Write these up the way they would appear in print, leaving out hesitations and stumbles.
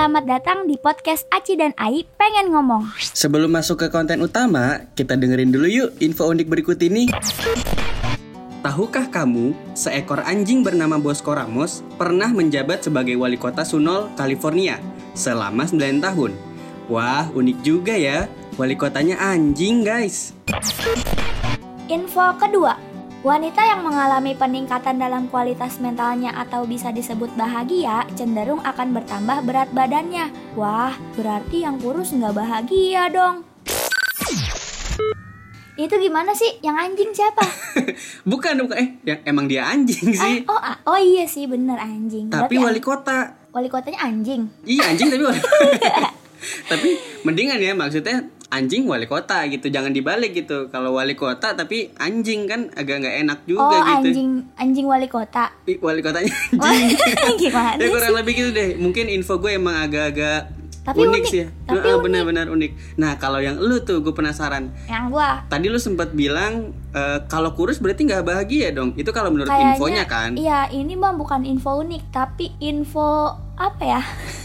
Selamat datang di podcast Aci dan Ai pengen ngomong. Sebelum masuk ke konten utama, kita dengerin dulu yuk info unik berikut ini. Tahukah kamu, seekor anjing bernama Bosco Ramos pernah menjabat sebagai wali kota Sunol, California selama 9 tahun. Wah, unik juga ya, wali kotanya anjing guys. Info kedua, wanita yang mengalami peningkatan dalam kualitas mentalnya atau bisa disebut bahagia cenderung akan bertambah berat badannya. Wah, berarti yang kurus nggak bahagia dong. Itu gimana sih? Yang anjing siapa? bukan, emang dia anjing sih. Oh iya sih, bener anjing. Tapi berarti wali kota. Wali kotanya anjing. Iya anjing tapi wali tapi mendingan ya, maksudnya anjing wali kota gitu, jangan dibalik gitu. Kalau wali kota tapi anjing kan agak nggak enak juga gitu. Anjing wali kota. Wali kotanya anjing. Gimana ya kurang sih? lebih gitu deh. Mungkin info gue emang agak-agak Tapi unik sih ya. tapi Benar-benar unik. Nah kalau yang lu tuh gue penasaran. Yang gua Tadi lu sempat bilang kalau kurus berarti nggak bahagia dong. Itu kalau menurut kayaknya, infonya kan. Iya, ini mah bukan info unik, tapi info apa ya?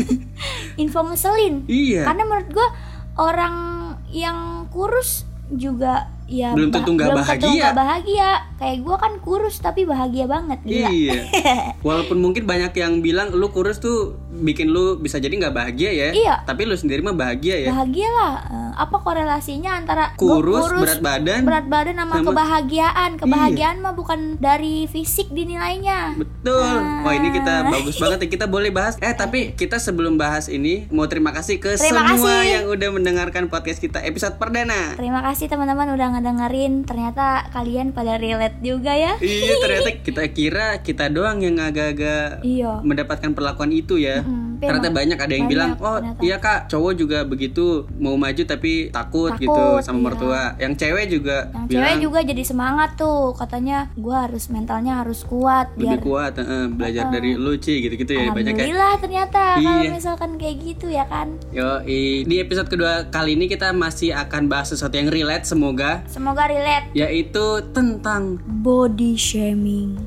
Info ngeselin. Iya. Karena menurut gua orang yang kurus juga ya Belum tentu nggak bahagia. Kayak gue kan kurus tapi bahagia banget. Gila. Iya. Walaupun mungkin banyak yang bilang lu kurus tuh bikin lu bisa jadi nggak bahagia ya. Iya. Tapi lu sendiri mah bahagia ya. Bahagia lah. Apa korelasinya antara kurus berat badan sama kebahagiaan? Kebahagiaan mah bukan dari fisik dinilainya. Betul. Wah ini kita bagus banget ya. Kita boleh bahas. Tapi kita sebelum bahas ini mau terima kasih ke semua yang udah mendengarkan podcast kita episode perdana. Terima kasih teman-teman udah ngedengerin. Ternyata kalian pada relate juga ya. Iya, ternyata kita kira kita doang yang agak-agak mendapatkan perlakuan itu ya. Ternyata banyak ada yang bilang, "Oh, ternyata. Iya Kak, cowok juga begitu, mau maju tapi takut gitu sama mertua." Yang cewek juga cewek juga jadi semangat tuh. Katanya gua mentalnya harus kuat lebih kuat, belajar dari lu Ci gitu-gitu ya banyak ya. Alhamdulillah ternyata kalau misalkan kayak gitu ya kan. Di episode kedua kali ini kita masih akan bahas sesuatu yang relate semoga relate, yaitu tentang body shaming.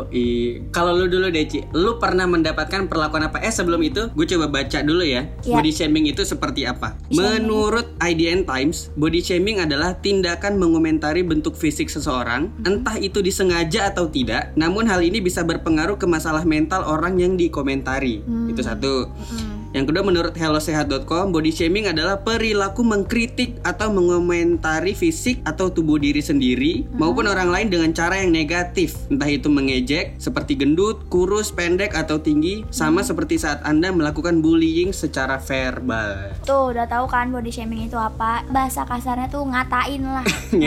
Kalau lu dulu deh Ci, lu pernah mendapatkan perlakuan apa? Sebelum itu gue coba baca dulu ya. Body shaming itu seperti apa? Menurut IDN Times, body shaming adalah tindakan mengomentari bentuk fisik seseorang, entah itu disengaja atau tidak. Namun hal ini bisa berpengaruh ke masalah mental orang yang dikomentari. Itu satu. Yang kedua, menurut hellosehat.com, body shaming adalah perilaku mengkritik atau mengomentari fisik atau tubuh diri sendiri maupun orang lain dengan cara yang negatif. Entah itu mengejek seperti gendut, kurus, pendek atau tinggi, sama seperti saat Anda melakukan bullying secara verbal. Tuh, udah tahu kan body shaming itu apa? Bahasa kasarnya tuh ngatain lah.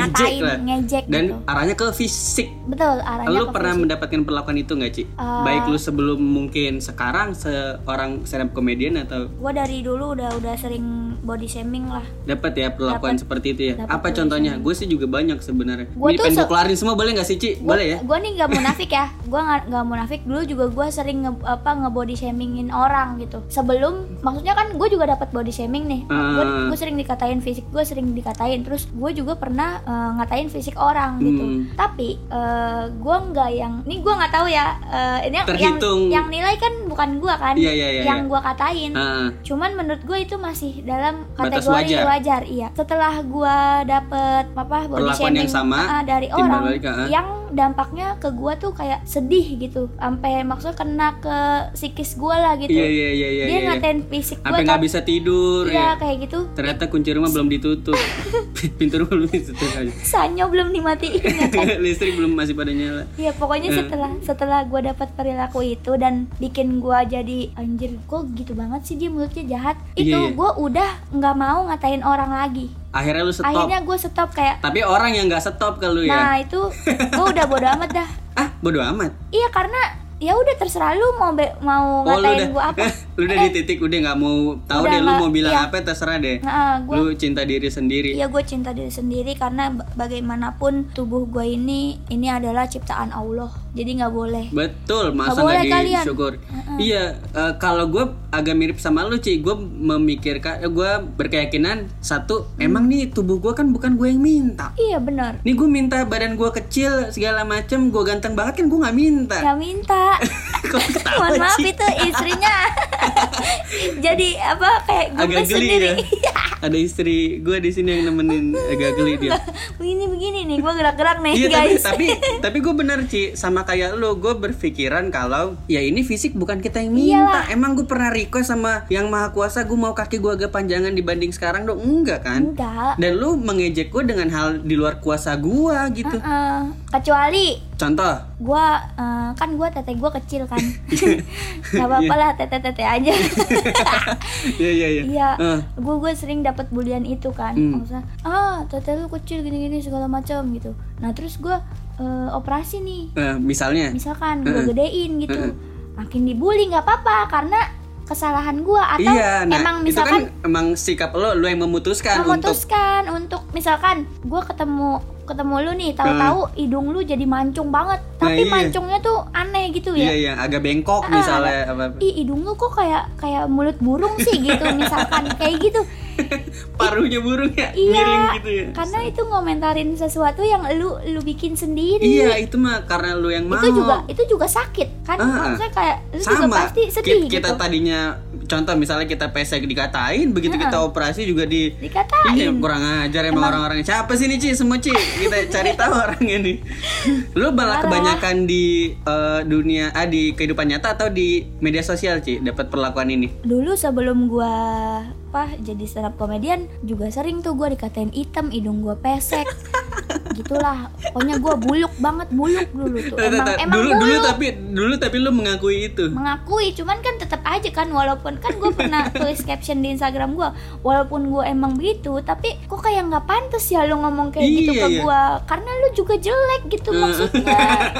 Ngejek dan gitu. Arahnya ke fisik. Betul, arahnya lu ke pernah fisik. mendapatkan perlakuan itu nggak Ci? Baik lu sebelum mungkin sekarang seorang stand up comedian atau gue dari dulu udah sering body shaming lah. Dapat ya perlakuan seperti itu ya. Apa contohnya? Gue sih juga banyak sebenarnya. Ini pengen gue kelarin semua boleh nggak sih Ci? Boleh ya? Gue nih nggak munafik ya. Gue nggak munafik. Dulu juga gue sering nge-body shamingin orang gitu. Sebelum, maksudnya kan gue juga dapat body shaming nih. Gue sering dikatain fisik, gue sering dikatain. Terus gue juga pernah ngatain fisik orang gitu. Tapi gue nggak ini gue nggak tahu ya. Ini yang nilai kan bukan gue kan. Yang gue katain. Cuman menurut gue itu masih dalam kategori wajar. Iya. Setelah gue dapet body shaming yang sama, dari orang yang dampaknya ke gue tuh kayak sedih gitu, sampai maksudnya kena ke psikis gue lah gitu. Dia ngatain fisik gue sampai nggak bisa tidur. Iya kayak gitu. Ternyata kunci rumah belum ditutup. Pintu rumah belum ditutup aja. Sanyo belum dimatiin ya kan? Listrik belum masih pada nyala. Iya pokoknya setelah gue dapat perilaku itu dan bikin gue jadi anjir, kok gitu banget sih dia mulutnya jahat. Itu gue udah nggak mau ngatain orang lagi. Akhirnya lu stop. Akhirnya gue stop kayak. Tapi orang yang nggak stop ke lu ya. Nah itu gue udah bodo amat dah. Bodo amat? Iya karena ya udah terserah lu mau ngatain gue apa. Lu udah di titik udah nggak mau tahu deh lu mau bilang apa terserah deh. Lu cinta diri sendiri. Iya gue cinta diri sendiri karena bagaimanapun tubuh gue ini adalah ciptaan Allah. Jadi nggak boleh. Betul, masa nggak disyukur. Iya, kalau gue agak mirip sama lu Ci. Gue memikirkan, gue berkeyakinan satu, emang nih tubuh gue kan bukan gue yang minta. Iya benar. Nih gue minta badan gue kecil segala macem, gue ganteng banget kan gue nggak minta. Nggak minta. Mohon maaf itu istrinya. Jadi apa kayak agak gemes geli sendiri. ya. Ada istri gue di sini yang nemenin, agak geli dia. Begini nih, gue gerak-gerak nih Iya guys. tapi gue bener Ci, sama kayak lo, gue berpikiran kalau ya ini fisik bukan kita yang minta. Iyalah. Emang gue pernah request sama yang maha kuasa gue mau kaki gue agak panjangan dibanding sekarang dong? Enggak kan? Enggak. Dan lu mengejek gue dengan hal di luar kuasa gue gitu. Kecuali Contoh? gue kan gue tete gue kecil kan. Gak apa-apa lah tete aja. Iya. Iya, gue sering dapat bulian itu kan. Maksudnya, tete lu kecil gini-gini segala macam gitu. Nah terus gue operasi nih. Misalkan gue gedein gitu, makin dibully nggak apa-apa karena kesalahan gue atau iya, nah, emang misalkan itu kan emang sikap lo yang memutuskan untuk misalkan gue ketemu lu nih, tahu-tahu hidung lu jadi mancung banget, tapi mancungnya tuh aneh gitu ya. Iya, agak bengkok misalnya apa. Hidung lu kok kayak mulut burung sih gitu, misalkan kayak gitu. Paruhnya burung ya, iya, miring gitu ya. Karena itu ngomentarin sesuatu yang lu bikin sendiri. Iya, itu mah karena lu yang mau. Itu juga sakit kan? Maksudnya kayak lu juga pasti sedih kita gitu. Tadinya contoh misalnya kita pesek dikatain, begitu kita operasi juga dikatain. Iya, kurang ajar emang orang-orang. Siapa sih nih Ci? Semua Ci. Kita cari tahu orangnya nih. Lu malah kebanyakan di dunia di kehidupan nyata atau di media sosial Ci dapat perlakuan ini? Dulu sebelum gua jadi stand up komedian juga sering tuh gua dikatain hitam, hidung gua pesek. Gitulah. Pokoknya gua buluk dulu tuh. Emang dulu tapi lu mengakui itu. Mengakui, cuman kan tetap aja kan, walaupun kan gua pernah tulis caption di Instagram gua, walaupun gua emang begitu, tapi kok kayak nggak pantas ya lu ngomong kayak gitu ke gua, karena lu juga jelek gitu maksudnya.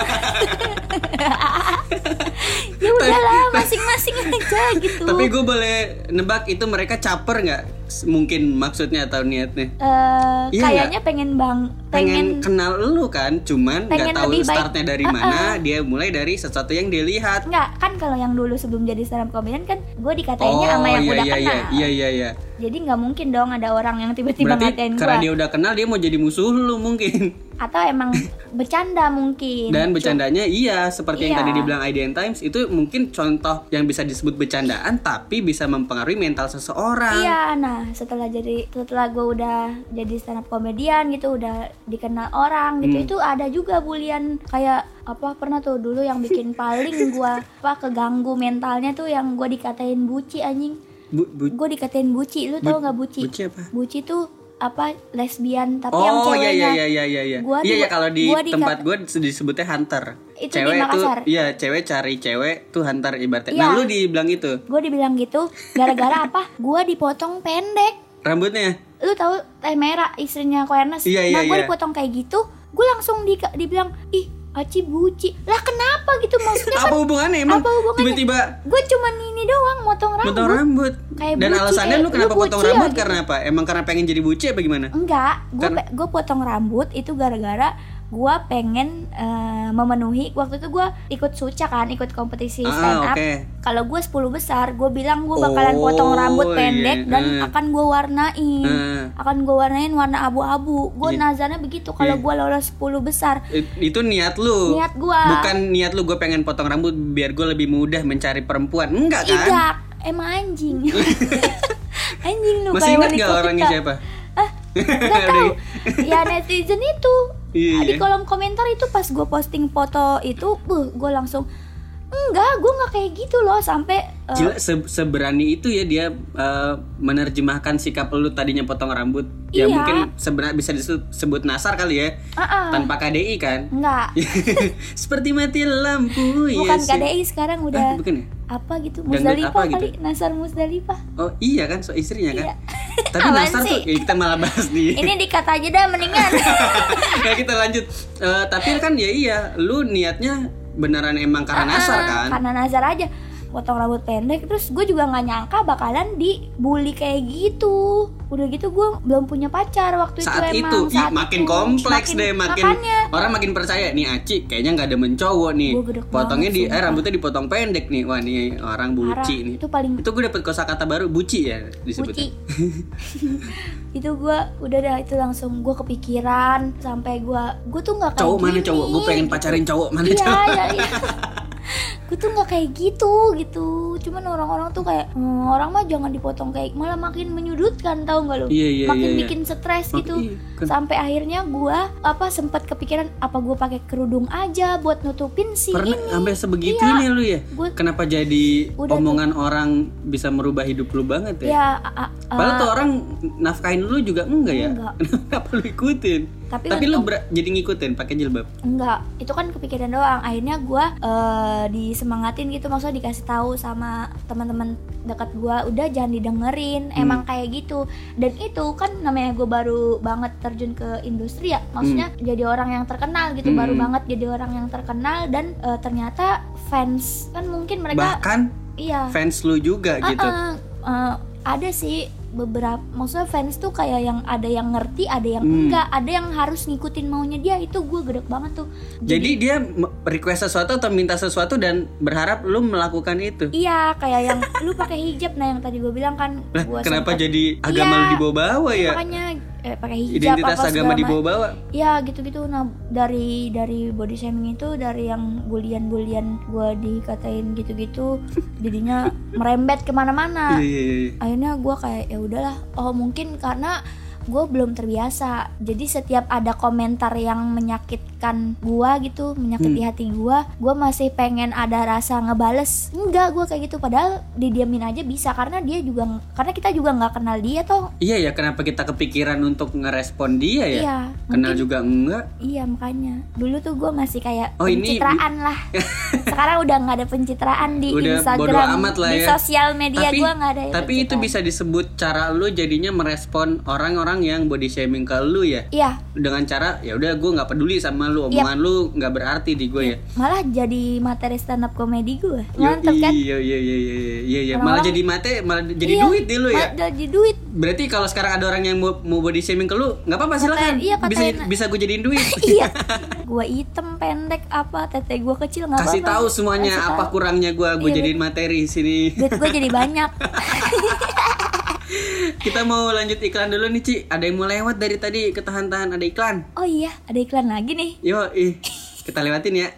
Ya udahlah, masing-masing aja gitu. Tapi gue boleh nebak itu mereka caper nggak? Mungkin maksudnya atau niatnya? Kayaknya pengen kenal lu kan, cuman nggak tahu startnya dari mana. Dia mulai dari sesuatu yang dia lihat. Nggak, kan kalau yang dulu sebelum jadi stand up comedian kan gue dikatainnya sama yang udah kenal. Iya. Jadi nggak mungkin dong ada orang yang tiba-tiba ngatain gue. Karena dia udah kenal, dia mau jadi musuh lu mungkin. Atau emang bercanda mungkin. Dan bercandanya seperti yang tadi dibilang IDN Times, itu mungkin contoh yang bisa disebut bercandaan tapi bisa mempengaruhi mental seseorang. Iya, nah setelah gue udah jadi stand up comedian gitu, udah dikenal orang gitu, itu ada juga bulian kayak pernah tuh dulu yang bikin paling gue keganggu mentalnya tuh yang gue dikatain buci anjing. Gue dikatain buci, lu tau nggak buci? Buci apa? Buci tuh lesbian tapi yang ceweknya. Iya kalau di tempat gue disebutnya hunter. Itu cewek di Makassar. Cewek cari cewek tuh hunter ibaratnya. Iya. Nah lu dibilang itu? Gue dibilang gitu gara-gara gue dipotong pendek rambutnya. Lu tahu Teh Merah istrinya Ko Ernest? Nah gue dipotong kayak gitu, gue langsung dibilang ih Aci buci lah, kenapa gitu maksudnya? Apa hubungannya emang? Tiba-tiba gue cuman ini doang motong rambut. Kayak dan buci, alasannya lu kenapa potong rambut gitu. Karena apa? Emang karena pengen jadi buci apa gimana? Enggak, gue potong rambut itu gara-gara gue pengen memenuhi, waktu itu gue ikut Suca kan, ikut kompetisi stand up. Kalau gue 10 besar, gue bilang gue bakalan potong rambut pendek dan akan gue warnain warna abu-abu. Gue nazarnya begitu kalau gue lolos 10 besar. Itu niat lu? Niat gue. Bukan niat lu gue pengen potong rambut biar gue lebih mudah mencari perempuan. Enggak kan? Tidak, emang anjing. Anjing lu. Masih ingat gak orangnya siapa? Gak tahu. Ya netizen itu. Di kolom komentar itu pas gue posting foto itu, gue langsung gue nggak kayak gitu loh, sampai gila, seberani itu ya dia menerjemahkan sikap lu tadinya potong rambut. Ya mungkin sebenarnya bisa disebut nasar kali ya. Tanpa KDI kan? Enggak. Seperti mati lampu. Bukan KDI sekarang udah. Bukan ya? Apa gitu? Musdalifah kali, gitu? Nasar Musdalifah. Oh iya kan, so istrinya kan? Iya. Tapi nasar tuh kita malah bahas nih. Ini dikata aja dah mendingan. Ya kita lanjut. Tapi kan lu niatnya beneran emang karena nasar kan? Karena nasar aja. Potong rambut pendek, terus gue juga nggak nyangka bakalan dibully kayak gitu. Udah gitu gue belum punya pacar waktu saat itu. Saat makin itu. Kompleks deh, makin orang makin percaya nih Aci kayaknya nggak ada mencowok nih. Potongnya rambutnya dipotong pendek nih. Wah nih orang buci nih. Itu gue dapet kosakata baru, buci ya disebutnya. Itu gue udah itu langsung gue kepikiran sampai gue tuh nggak kayak cowok gini. Mana cowok? Gue pengen pacarin cowok mana cowok? Iya. gue tuh nggak kayak gitu. Cuman orang-orang tuh kayak orang mah jangan dipotong kayak, malah makin menyudutkan, tahu nggak lo? Makin bikin stres gitu. Sampai akhirnya gue sempat kepikiran apa gue pakai kerudung aja buat nutupin si Pernah ini. sampai sebegitunya lu ya? Kenapa jadi omongan orang bisa merubah hidup lu banget ya? Padahal tuh orang nafkahin lu juga enggak ya? Kenapa lu ikutin? Tapi lu jadi ngikutin pakai jilbab? Enggak, itu kan kepikiran doang. Akhirnya gue disemangatin gitu, maksudnya dikasih tahu sama teman-teman dekat gue, udah jangan didengerin, emang kayak gitu. Dan itu kan namanya gue baru banget terjun ke industri ya, maksudnya jadi orang yang terkenal gitu, baru banget jadi orang yang terkenal. Dan ternyata fans kan mungkin mereka bahkan fans lu juga gitu. Ada sih beberapa, maksudnya fans tuh kayak yang ada yang ngerti, ada yang enggak, ada yang harus ngikutin maunya dia. Itu gue gedek banget tuh. Jadi dia request sesuatu atau minta sesuatu dan berharap lu melakukan itu. Iya, kayak yang lu pakai hijab, nah yang tadi gue bilang kan. Kenapa jadi agama lu dibawa-bawa ya? Makanya pakai hijab, identitas agama dibawa-bawa. Ya gitu-gitu. Nah dari body shaming itu, dari yang bulian gue dikatain gitu-gitu, jadinya merembet kemana-mana. Akhirnya gue kayak ya udahlah, mungkin karena gue belum terbiasa. Jadi setiap ada komentar yang menyakitkan gue gitu, menyakiti hati gue masih pengen ada rasa ngebales. Enggak, gue kayak gitu. Padahal didiamin aja bisa, karena kita juga nggak kenal dia toh. Iya ya, kenapa kita kepikiran untuk ngerespon dia ya? Iya, kenal mungkin, juga enggak. Iya, makanya dulu tuh gue masih kayak pencitraan lah. Sekarang udah nggak ada pencitraan di Instagram, di sosial media gue nggak ada. Tapi itu bisa disebut cara lu jadinya merespon orang-orang yang body shaming ke lu ya? Iya. Dengan cara ya udah gue nggak peduli sama lu, omongan lu nggak berarti di gue ya. Malah jadi materi stand up komedi gue. Mantap kan? Iya. Malah jadi duit di lu ya. Jadi duit. Berarti kalau sekarang ada orang yang mau body shaming ke lu, nggak apa-apa silakan. Bisa gue jadiin duit. Iya. Gue hitam, pendek, tete gue kecil, nggak apa-apa. Kasih tahu semuanya apa kurangnya gue jadiin materi sini. Duit gue jadi banyak. Kita mau lanjut iklan dulu nih, Ci. Ada yang mau lewat dari tadi, ketahan-tahan ada iklan. Oh iya, ada iklan lagi nih. Yo, kita lewatin ya.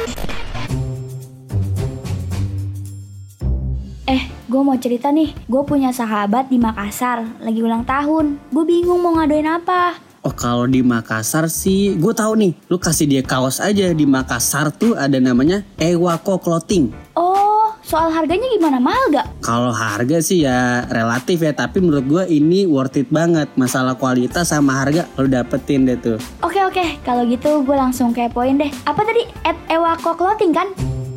Gue mau cerita nih. Gue punya sahabat di Makassar, lagi ulang tahun. Gue bingung mau ngadoin apa. Oh, kalau di Makassar sih, gue tahu nih. Lu kasih dia kaos aja. Di Makassar tuh ada namanya Ewako Clothing. Oh, soal harganya gimana? Mahal gak? Kalau harga sih ya relatif ya, tapi menurut gue ini worth it banget. Masalah kualitas sama harga lu dapetin deh tuh. Oke, kalau gitu gue langsung kepoin deh. Apa tadi? @Ewako Clothing kan?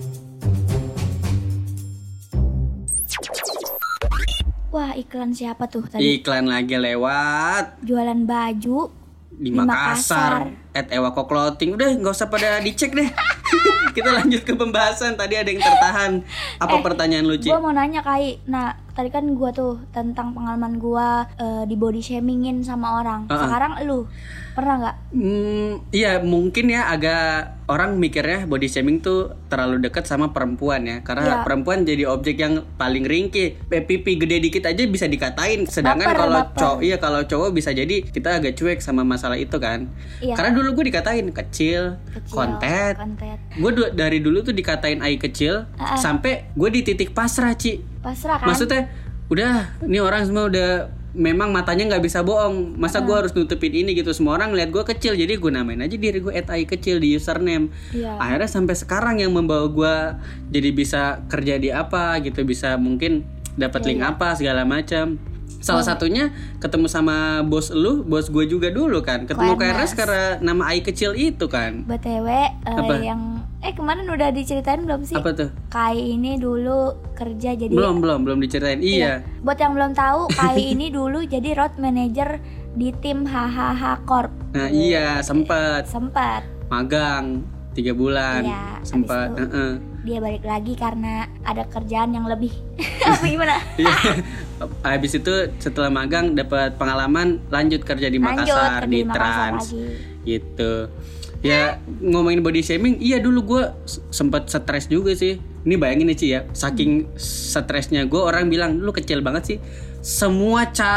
Wah, iklan siapa tuh tadi? Iklan lagi lewat. Jualan baju di Makassar. @Ewako Clothing. Udah gak usah pada dicek deh. Kita lanjut ke pembahasan. Tadi ada yang tertahan. Apa pertanyaan lu, Ci? Gue mau nanya, Kai. Nah, tadi kan gue tuh tentang pengalaman gue di body shamingin sama orang. Sekarang lu pernah gak? Iya, mungkin ya agak orang mikirnya body shaming tuh terlalu dekat sama perempuan ya. Karena perempuan jadi objek yang paling ringkih. Pipi gede dikit aja bisa dikatain. Sedangkan kalau cowok bisa jadi kita agak cuek sama masalah itu kan. Iya. Karena dulu gue dikatain kecil kontet. Gue dari dulu tuh dikatain ai kecil sampai gue di titik pasrah, Ci. Pasrah kan? Maksudnya udah, ini orang semua udah memang matanya nggak bisa bohong. Masa gue harus nutupin ini gitu. Semua orang lihat gue kecil, jadi gue namain aja diri gue @ai kecil di username. Akhirnya sampai sekarang yang membawa gue jadi bisa kerja di apa gitu, bisa mungkin dapat link apa segala macam. Salah satunya ketemu sama bos gue juga dulu kan. Ketemu KRS karena nama ai kecil itu kan. BTW yang kemarin udah diceritain belum sih? Apa tuh? Kai ini dulu kerja jadi belum diceritain. Iya. Buat yang belum tahu, Kai ini dulu jadi road manager di tim HHH Corp. Nah, iya, sempat magang 3 bulan. Iya, sempat dia balik lagi karena ada kerjaan yang lebih. Apa gimana? Habis itu setelah magang dapat pengalaman, lanjut kerja di Makassar di Trans gitu. Ya, ngomongin body shaming, iya dulu gue sempat stres juga sih. Ini bayangin nih, Ci ya, saking stresnya gue, orang bilang lu kecil banget sih. Semua cara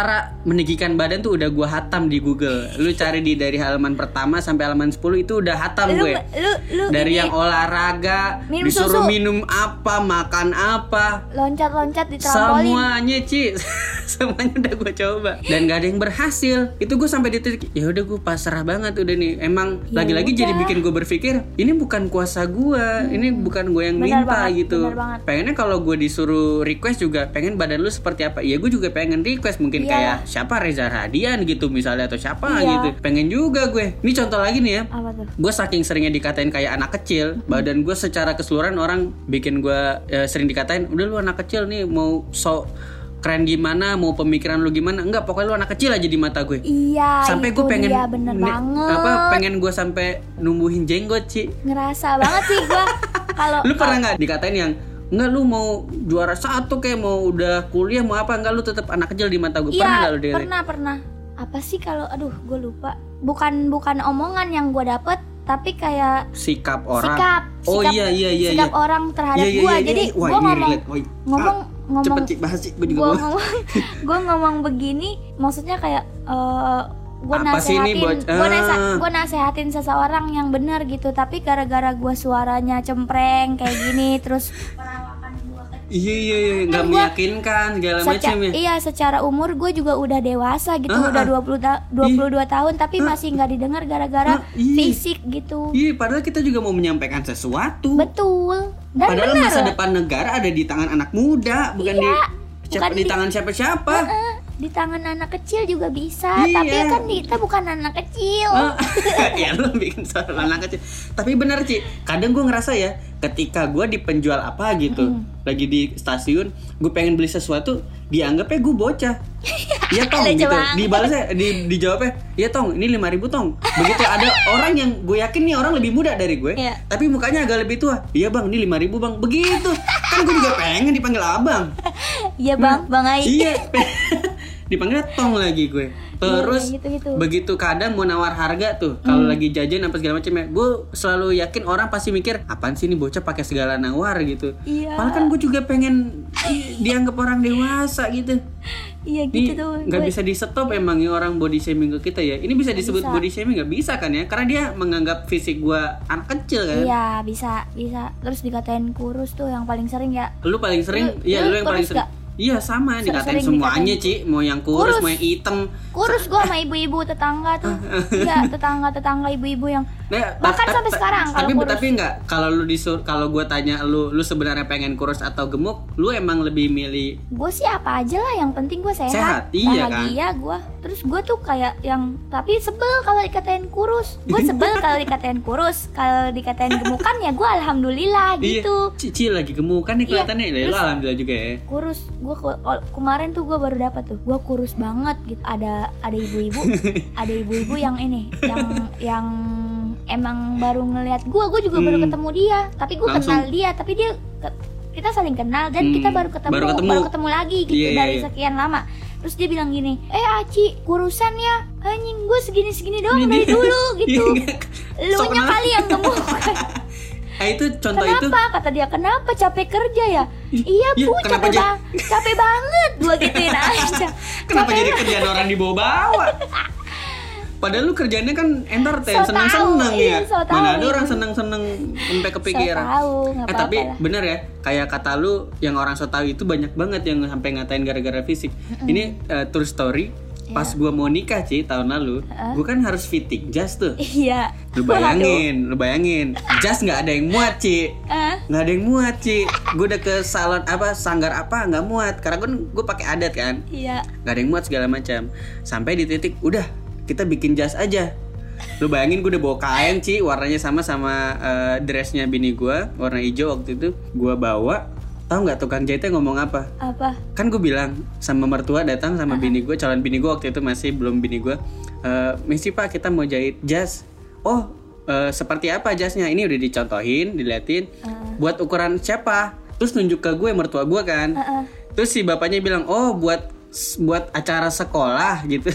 meninggikan badan tuh udah gue hatam di Google. Lu cari dari halaman pertama sampai halaman 10 itu udah hatam gue. Dari yang olahraga, disuruh minum apa, makan apa, loncat-loncat di trampolin. Semuanya, Ci. Semuanya udah gue coba dan gak ada yang berhasil. Itu gue sampai di titik ya udah gue pasrah banget udah nih. Emang ya lagi-lagi jadi bikin gue berpikir ini bukan kuasa gue, ini bukan gue yang minta gitu. Pengennya kalau gue disuruh request juga pengen badan lu seperti apa. Iya gue juga pengen request mungkin kayak siapa Reza Radian gitu misalnya atau siapa gitu. Pengen juga gue. Ini contoh lagi nih ya. Gue saking seringnya dikatain kayak anak kecil, badan gue secara keseluruhan orang bikin gue sering dikatain udah lu anak kecil nih mau sok keren gimana, mau pemikiran lu gimana? Enggak, pokoknya lu anak kecil aja di mata gue. Iya. Sampai gue pengen bener banget. Pengen gue sampai numbuhin jenggot, Ci. Ngerasa banget sih gue. Kalau lu pernah nggak dikatain yang enggak lu mau juara 1 kayak mau udah kuliah mau apa enggak lu tetap anak kecil di mata gue? Pernah nggak lu dikatain? Pernah. Apa sih kalau gue lupa. Bukan omongan yang gue dapet, tapi kayak sikap orang. Sikap orang terhadap gue. Jadi gue ngomong cepet bahas sih, gue juga gue ngomong begini, maksudnya kayak gue nasehatin seseorang yang benar gitu, tapi gara-gara gue suaranya cempreng kayak gini, terus perawakan gue kecil. Iya, nggak meyakinkan segala macam ya. Iya, secara umur gue juga udah dewasa gitu, udah 22 tahun, tapi masih nggak didengar gara-gara fisik gitu. Iya, padahal kita juga mau menyampaikan sesuatu. Betul. Dan padahal masa depan negara ada di tangan anak muda, bukan di tangan siapa-siapa. Di tangan anak kecil juga bisa, tapi kan kita bukan anak kecil. Ya lu bikin soal anak kecil. Tapi bener, Ci, kadang gue ngerasa ya, ketika gue di penjual apa gitu, lagi di stasiun, gue pengen beli sesuatu, dianggapnya gue bocah. Iya Tong gitu. Dibalasnya dijawabnya, "Iya Tong, ini 5.000 Tong." Begitu ada orang yang gue yakin nih orang lebih muda dari gue, tapi mukanya agak lebih tua. "Iya Bang, ini 5.000 Bang." Begitu. Kan gue juga pengen dipanggil Abang. Iya Bang, Bang Ai. Iya. Dipanggilnya Tong lagi gue. Terus gitu. Begitu kadang mau nawar harga tuh, kalau lagi jajan apa segala macam ya, gue selalu yakin orang pasti mikir apaan sih ini bocah pakai segala nawar gitu. Padahal kan gue juga pengen dianggap orang dewasa gitu. Iya gitu tuh. Nggak bisa di stop emang ya orang body shaming ke kita ya. Ini bisa disebut body shaming nggak bisa kan ya? Karena dia menganggap fisik gue anak kecil kan. Iya bisa. Terus dikatain kurus tuh yang paling sering ya. Lu paling sering? Iya lu yang paling sering. Iya sama, dikatain semuanya Ci. Mau yang kurus, mau yang hitam. Kurus gue sama ibu-ibu tetangga tuh. Iya, tetangga ibu-ibu yang bahkan sampai sekarang tapi enggak, kalau lu kalau gue tanya lu sebenarnya pengen kurus atau gemuk, lu emang lebih milih? Gue sih apa aja lah, yang penting gue sehat. Iya bahagia kan? Gue. Terus gue tuh kayak yang tapi sebel kalau dikatain kurus. Gue sebel kalau dikatain kurus. Kalau dikatain gemukan ya gue alhamdulillah gitu. Cici lagi gemukan nih kelihatannya. Lu alhamdulillah juga ya. Kurus. Gue kemarin tuh gue baru dapat tuh, gue kurus banget gitu. Ada ibu-ibu yang ini, yang emang baru ngelihat gue juga baru ketemu dia, tapi gue kenal dia, tapi kita saling kenal dan kita baru ketemu lagi gitu dari sekian lama. Terus dia bilang gini, Aci kurusan ya, anjing gue segini doang dari dulu gitu. Lunya kali yang gemuk. Itu contoh kenapa? itu. Kata dia, kenapa capek kerja ya? Iya Bu, capek banget. Gua gituin aja. Kenapa jadi kerjaan orang dibawa-bawa? Padahal lu kerjanya kan entertain, seneng-seneng ya. Mana ada orang seneng-seneng sampai kepikiran. Tapi bener ya, kayak kata lu yang orang so tahu itu banyak banget yang sampai ngatain gara-gara fisik. Ini true story. Pas gue mau nikah Ci tahun lalu, gue kan harus fitting jas tuh. Iya. Lu bayangin, jas nggak ada yang muat Ci, nggak ada yang muat Ci. Gue udah ke salon sanggar nggak muat, karena gue pakai adat kan. Iya. Nggak ada yang muat segala macam. Sampai di titik, udah kita bikin jas aja. Lu bayangin gue udah bawa kain Ci, warnanya sama dressnya bini gue, warna hijau waktu itu. Gue bawa. Tahu nggak tukang jahitnya ngomong apa? Apa? Kan gue bilang sama mertua datang sama bini gue, calon bini gue waktu itu masih belum bini gue. Misi Pak kita mau jahit jas. Oh seperti apa jasnya? Ini udah dicontohin, diliatin. Buat ukuran siapa? Terus nunjuk ke gue mertua gue kan. Terus si bapaknya bilang buat acara sekolah gitu.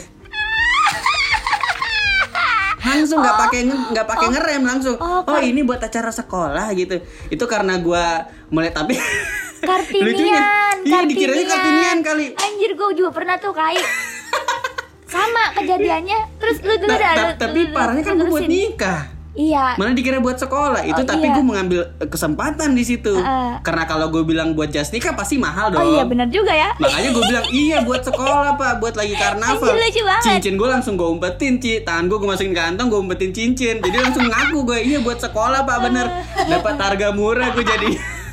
Langsung nggak pakai ngerem langsung. Ini buat acara sekolah gitu. Itu karena gue mulai tapi Kartinian. Iya dikiranya Kartinian kali. Anjir gue juga pernah tuh kayak sama kejadiannya. Terus lu dulu tapi parahnya kan gue buat nikah. Iya. Mana dikira buat sekolah itu, tapi gue mengambil kesempatan di situ. Karena kalau gue bilang buat jas nikah pasti mahal dong. Oh iya benar juga ya. Makanya gue bilang iya buat sekolah Pak, buat lagi karnaval. Cincin gue langsung gue umpetin, tangan gue masukin ke kantong, gue umpetin cincin. Jadi langsung ngaku gue iya buat sekolah Pak, bener. Dapat harga murah gue jadi.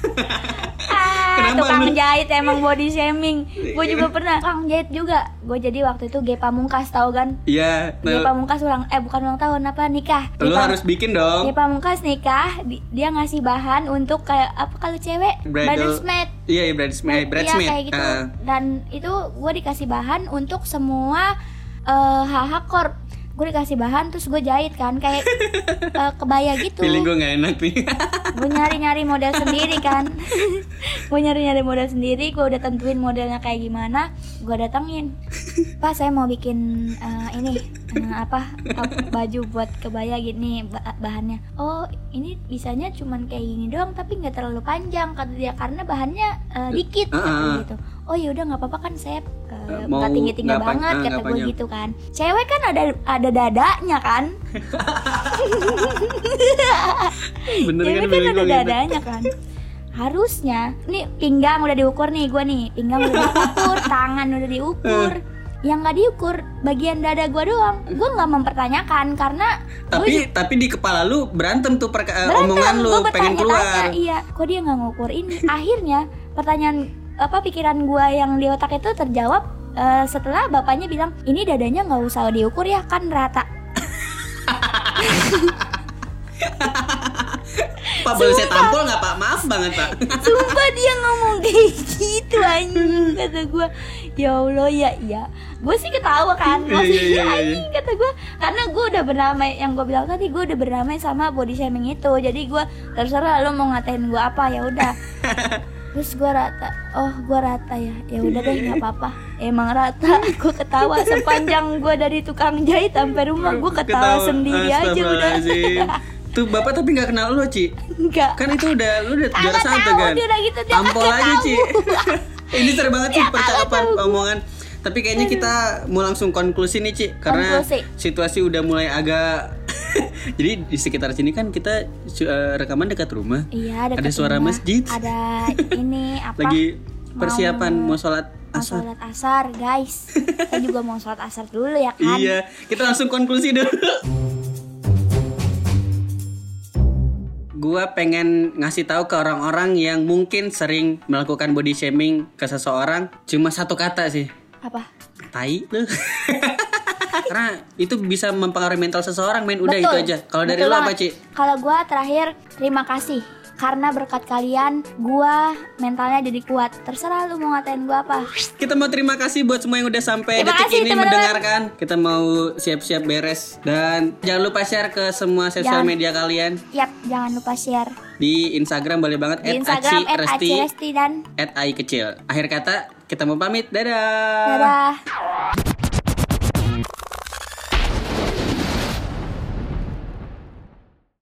Tukang jahit emang body shaming. Gue juga pernah tukang jahit juga. Gue jadi waktu itu G Pamungkas, tahu kan? Iya. G Pamungkas bukan ulang tahun, nikah. Lu harus bikin dong. G Pamungkas nikah, dia ngasih bahan untuk kayak apa kalau cewek? Bridesmaid. Iya, bridesmaid. Iya kayak gitu. Dan itu gue dikasih bahan untuk semua hak-hak. Gue dikasih bahan terus gue jahit kan kayak kebaya gitu. Feeling gue gak enak nih. Gue nyari model sendiri kan. Gue nyari model sendiri. Gue udah tentuin modelnya kayak gimana. Gue datengin, Pak saya mau bikin baju buat kebaya gini bahannya. Oh ini bisanya cuman kayak gini doang tapi nggak terlalu panjang kata dia karena bahannya dikit gitu. Oh ya udah nggak apa-apa kan saya nggak tinggi banget kata gue gitu kan. Cewek kan ada dadanya kan. Bener cewek kan ada dadanya kan. Harusnya nih pinggang udah diukur nih gue nih, pinggang udah diukur, tangan udah diukur. Yang nggak diukur bagian dada gue doang. Gue nggak mempertanyakan karena tapi di kepala lu berantem tuh omongan lu pengen keluar. Iya, kok dia nggak ngukur ini? Akhirnya pertanyaan pikiran gue yang di otak itu terjawab setelah bapaknya bilang ini dadanya nggak usah diukur ya kan rata. Pak boleh saya tampol nggak Pak? Maaf banget Pak. Sumpah dia ngomong kayak gitu anjing kata gue. Ya Allah ya. Gue sih ketawa kan. Maksudnya anjing kata gue. Karena gue udah bernamai, yang gue bilang tadi gue udah bernamai sama body shaming itu. Jadi gue terserah lo mau ngatain gue apa ya udah. Terus gue rata. Oh gue rata ya. Ya udah deh nggak apa-apa. Emang rata. Gue ketawa sepanjang gue dari tukang jahit sampai rumah gue ketawa sendiri aja udah. Tuh bapak tapi nggak kenal lo Ci? Enggak. Kan itu lu udah juara satu kan? Gitu, tampol aja Ci. Ini seru banget sih percakapan omongan. Tapi kayaknya kita mau langsung konklusi nih Ci, karena situasi udah mulai agak. Jadi di sekitar sini kan kita rekaman dekat rumah. Iya, ada suara rumah. Masjid. Ada ini apa? Lagi persiapan mau sholat asar. Sholat asar guys. Kita juga mau sholat asar dulu ya kan? Iya, kita langsung konklusi dulu. Gua pengen ngasih tahu ke orang-orang yang mungkin sering melakukan body shaming ke seseorang, cuma satu kata sih. Apa? Tai lu. Karena itu bisa mempengaruhi mental seseorang, men. Udah betul, itu aja. Kalau dari lo apa, Ci? Kalau gua terakhir terima kasih. Karena berkat kalian, gua mentalnya jadi kuat. Terserah lu mau ngatain gua apa. Kita mau terima kasih buat semua yang udah sampai detik ini mendengarkan. Kita mau siap-siap beres. Dan jangan lupa share ke semua sosial media kalian. Yap, jangan lupa share. Di Instagram boleh banget @aciresti dan @ai kecil. Akhir kata, kita mau pamit. Dadah. Dadah.